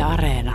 Areena.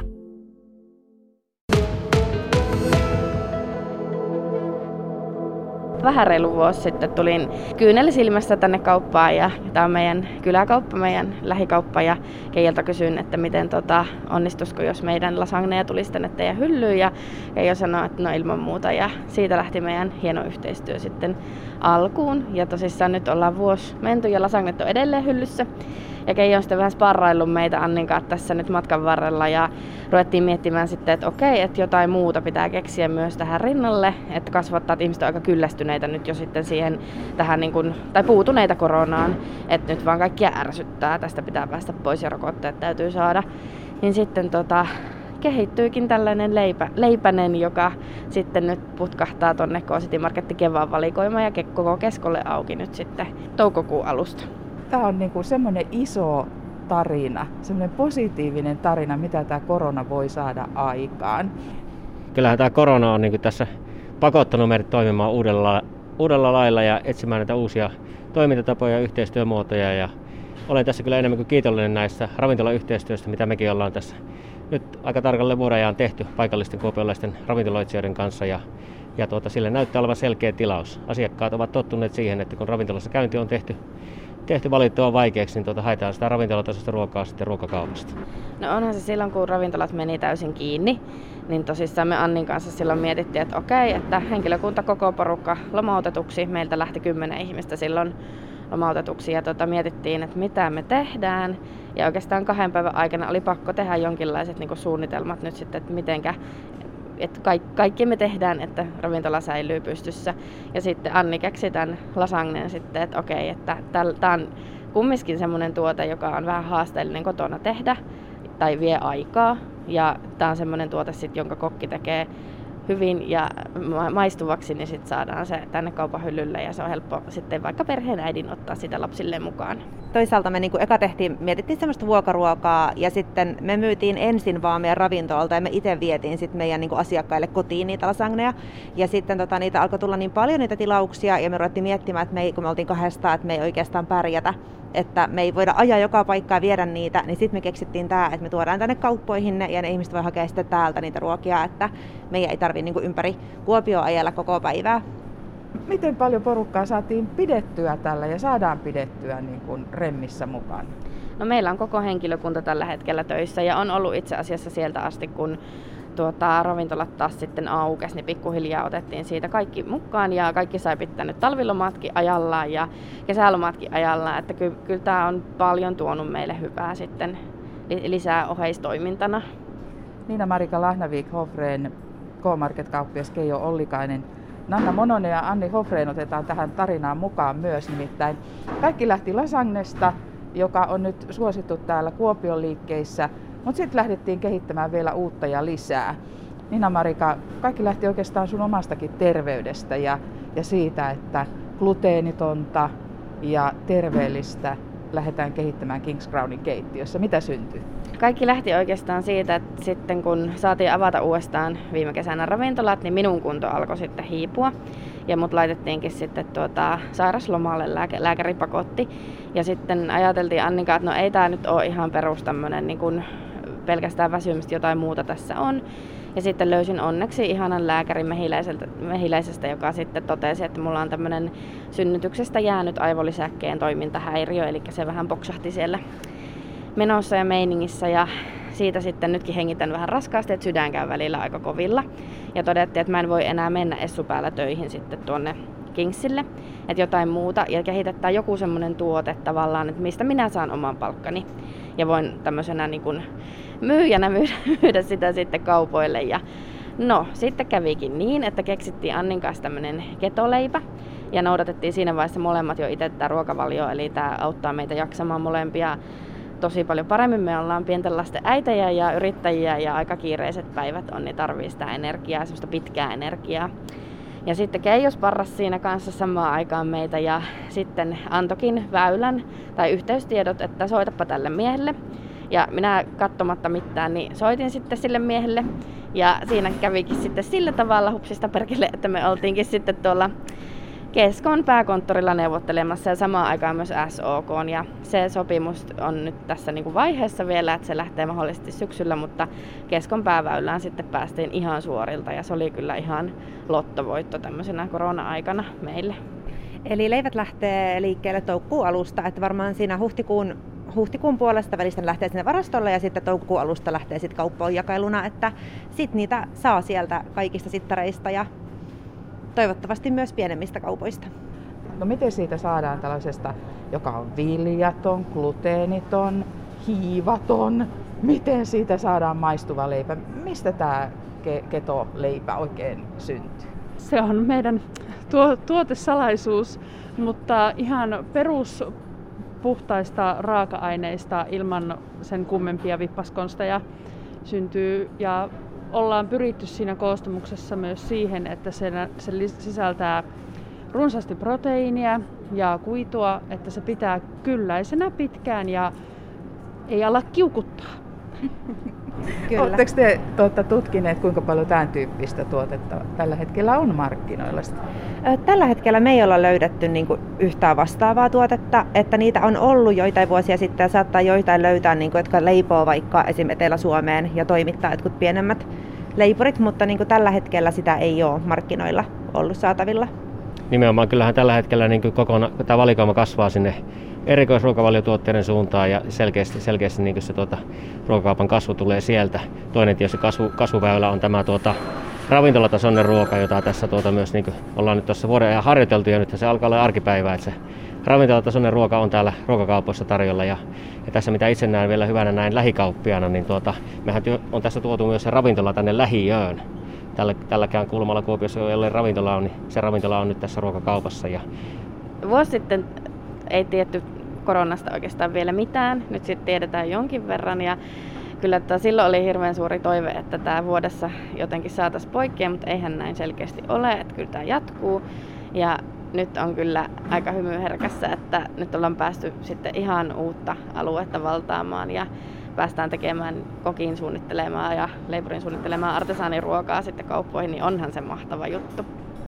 Vähän reilu vuosi sitten tulin kyynel silmässä tänne kauppaan ja tämä on meidän kyläkauppa, meidän lähikauppa ja Keijalta kysyin, että miten onnistuisiko, jos meidän lasagneja tulisi tänne teidän hyllyyn ja Keijo sanoi, että no ilman muuta ja siitä lähti meidän hieno yhteistyö sitten alkuun ja tosissaan nyt ollaan vuosi menty ja lasagnet on edelleen hyllyssä. Ja Keijo on sitten vähän sparraillut meitä Annin kanssa tässä nyt matkan varrella ja ruvettiin miettimään sitten, että okei, että jotain muuta pitää keksiä myös tähän rinnalle, että kasvattaa, että ihmiset on aika kyllästyneitä nyt jo sitten siihen tähän tai puutuneita koronaan, että nyt vaan kaikkia ärsyttää, tästä pitää päästä pois ja rokotteet täytyy saada. Niin sitten kehittyykin tällainen leipänen, joka sitten nyt putkahtaa tonne K-City Marketin kevään valikoima ja koko keskolle auki nyt sitten toukokuun alusta. Tämä on semmoinen iso tarina, semmoinen positiivinen tarina, mitä tämä korona voi saada aikaan. Kyllähän tämä korona on tässä pakottanut meidät toimimaan uudella lailla ja etsimään näitä uusia toimintatapoja ja yhteistyömuotoja. Ja olen tässä kyllä enemmän kuin kiitollinen näistä ravintolayhteistyöstä, mitä mekin ollaan tässä nyt aika tarkalleen vuoden ajan tehty paikallisten kuopiolaisten ravintoloitsijoiden kanssa. Ja sille näyttää olevan selkeä tilaus. Asiakkaat ovat tottuneet siihen, että kun ravintolassa käynti on tehty valittavan vaikeaksi, niin haetaan sitä ravintolatasoista ruokaa sitten ruokakaupasta. No onhan se silloin, kun ravintolat meni täysin kiinni, niin tosissaan me Annin kanssa silloin mietittiin, että okei, että henkilökunta koko porukka lomautetuksi. Meiltä lähti 10 ihmistä silloin lomautetuksi ja mietittiin, että mitä me tehdään. Ja oikeastaan 2 päivän aikana oli pakko tehdä jonkinlaiset suunnitelmat nyt sitten, että mitenkä että kaikki me tehdään, että ravintola säilyy pystyssä. Ja sitten Anni keksi tämän lasagnen sitten, että okei, että tämä on kumminkin semmoinen tuote, joka on vähän haasteellinen kotona tehdä tai vie aikaa. Ja tämä on semmoinen tuote, sit, jonka kokki tekee hyvin ja maistuvaksi, niin sitten saadaan se tänne kaupan hyllylle ja se on helppo sitten vaikka perheenäidin ottaa sitä lapsilleen mukaan. Toisaalta me eka mietittiin semmoista vuokaruokaa ja sitten me myytiin ensin vaan meidän ravintolalta ja me itse vietiin sitten meidän asiakkaille kotiin niitä lasagneja. Ja sitten niitä alkoi tulla niin paljon niitä tilauksia ja me ruvettiin miettimään, että kun me oltiin 2, että me ei oikeastaan pärjätä. Että me ei voida ajaa joka paikkaa viedä niitä, niin sitten me keksittiin tämä, että me tuodaan tänne kauppoihin ne, ja ne ihmiset voi hakea sitten täältä niitä ruokia, että meidän ei tarvitse ympäri Kuopioa ajella koko päivää. Miten paljon porukkaa saatiin pidettyä tällä ja saadaan pidettyä remmissä mukaan? No meillä on koko henkilökunta tällä hetkellä töissä ja on ollut itse asiassa sieltä asti, kun ravintolat taas sitten aukesi, niin pikkuhiljaa otettiin siitä kaikki mukaan ja kaikki sai pitää nyt talvilomatkin ajallaan ja kesälomatkin ajallaan, että kyllä tämä on paljon tuonut meille hyvää sitten lisää oheistoimintana. Niina-Marika Lahnavik-Hofrén, K-Market-kauppias Keijo Ollikainen, Nanna Mononen ja Anni Hofrén otetaan tähän tarinaan mukaan myös, nimittäin kaikki lähti lasagnesta, joka on nyt suosittu täällä Kuopion liikkeissä. Mutta sitten lähdettiin kehittämään vielä uutta ja lisää. Niina-Marika, kaikki lähti oikeastaan sun omastakin terveydestä ja siitä, että gluteenitonta ja terveellistä lähdetään kehittämään Kings Crownin keittiössä. Mitä syntyi? Kaikki lähti oikeastaan siitä, että sitten kun saatiin avata uudestaan viime kesänä ravintolat, niin minun kunto alkoi sitten hiipua. Ja mut laitettiinkin sitten sairaslomalle, lääkäri pakotti. Ja sitten ajateltiin Annika, että no ei tää nyt ole ihan perus tämmönen pelkästään väsymistä, jotain muuta tässä on. Ja sitten löysin onneksi ihanan lääkärin Mehiläisestä, joka sitten totesi, että mulla on tämmönen synnytyksestä jäänyt aivolisäkkeen toimintahäiriö, eli se vähän poksahti siellä menossa ja meiningissä. Ja siitä sitten nytkin hengitän vähän raskaasti, että sydän käy välillä aika kovilla. Ja todettiin, että mä en voi enää mennä essupäällä töihin sitten tuonne Kingsille, että jotain muuta ja kehitetään joku semmoinen tuote tavallaan, että mistä minä saan oman palkkani ja voin tämmöisenä myyjänä myydä sitä sitten kaupoille. Ja no, sitten kävikin niin, että keksittiin Annin kanssa tämmöinen ketoleipä ja noudatettiin siinä vaiheessa molemmat jo itse tätä ruokavalioa, eli tämä auttaa meitä jaksamaan molempia tosi paljon paremmin. Me ollaan pienten lasten äitejä ja yrittäjiä ja aika kiireiset päivät on, niin tarvii sitä energiaa, semmoista pitkää energiaa. Ja sitten Keijo sparrasi siinä kanssa samaan aikaan meitä ja sitten antokin väylän tai yhteystiedot, että soitapa tälle miehelle. Ja minä katsomatta mitään, niin soitin sitten sille miehelle. Ja siinä kävikin sitten sillä tavalla hupsista perkele, että me oltiinkin sitten tuolla Keskon pääkonttorilla neuvottelemassa ja samaan aikaan myös SOK. Ja se sopimus on nyt tässä niin kuin vaiheessa vielä, että se lähtee mahdollisesti syksyllä, mutta Keskon pääväylään sitten päästiin ihan suorilta ja se oli kyllä ihan lottovoitto tämmöisenä korona-aikana meille. Eli leivät lähtee liikkeelle toukokuun alusta, että varmaan siinä huhtikuun puolesta välistä lähtee sinne varastolle ja sitten toukokuun alusta lähtee sitten kauppoon jakeluna, että sitten niitä saa sieltä kaikista sittareista ja toivottavasti myös pienemmistä kaupoista. No miten siitä saadaan tällaisesta, joka on viljaton, gluteeniton, hiivaton, miten siitä saadaan maistuva leipä? Mistä tämä keto-leipä oikein syntyy? Se on meidän tuotesalaisuus, mutta ihan peruspuhtaista raaka-aineista ilman sen kummempia vippaskonsteja syntyy. Ja ollaan pyritty siinä koostumuksessa myös siihen, että se sisältää runsaasti proteiinia ja kuitua, että se pitää kylläisenä pitkään ja ei ala kiukuttaa. Kyllä. Oletteko te tutkineet, kuinka paljon tämän tyyppistä tuotetta tällä hetkellä on markkinoilla? Tällä hetkellä me ei olla löydetty yhtään vastaavaa tuotetta, että niitä on ollut joitain vuosia sitten ja saattaa joitain löytää, jotka leipoo vaikka esimerkiksi Etelä-Suomeen ja toimittaa jotkut pienemmät leipurit, mutta tällä hetkellä sitä ei ole markkinoilla ollut saatavilla. Nimenomaan kyllähän tällä hetkellä tämä valikoima kasvaa sinne erikoisruokavaliotuotteiden suuntaan ja selkeästi se ruokakaupan kasvu tulee sieltä. Toinen tietysti kasvuväylä on tämä ravintolatasoinen ruoka, jota tässä myös ollaan nyt tuossa vuoden ajan harjoiteltu ja nyt se alkaa olla arkipäivää, että se ravintolatasoinen ruoka on täällä ruokakaupoissa tarjolla ja tässä mitä itse näen vielä hyvänä näin lähikauppiaana, niin mehän on tässä tuotu myös se ravintola tänne lähiöön. Tälläkään kulmalla Kuopiossa, jolle ravintola on, niin se ravintola on nyt tässä ruokakaupassa. Vuosi sitten ei tiedetty koronasta oikeastaan vielä mitään, nyt sitten tiedetään jonkin verran ja kyllä silloin oli hirveän suuri toive, että tämä vuodessa jotenkin saataisiin poikkea, mutta eihän näin selkeästi ole, että kyllä tämä jatkuu ja nyt on kyllä aika hymyherkässä, että nyt ollaan päästy sitten ihan uutta aluetta valtaamaan ja päästään tekemään kokin suunnittelemaan ja leipurin suunnittelemaan artesaaniruokaa sitten kauppoihin, niin onhan se mahtava juttu.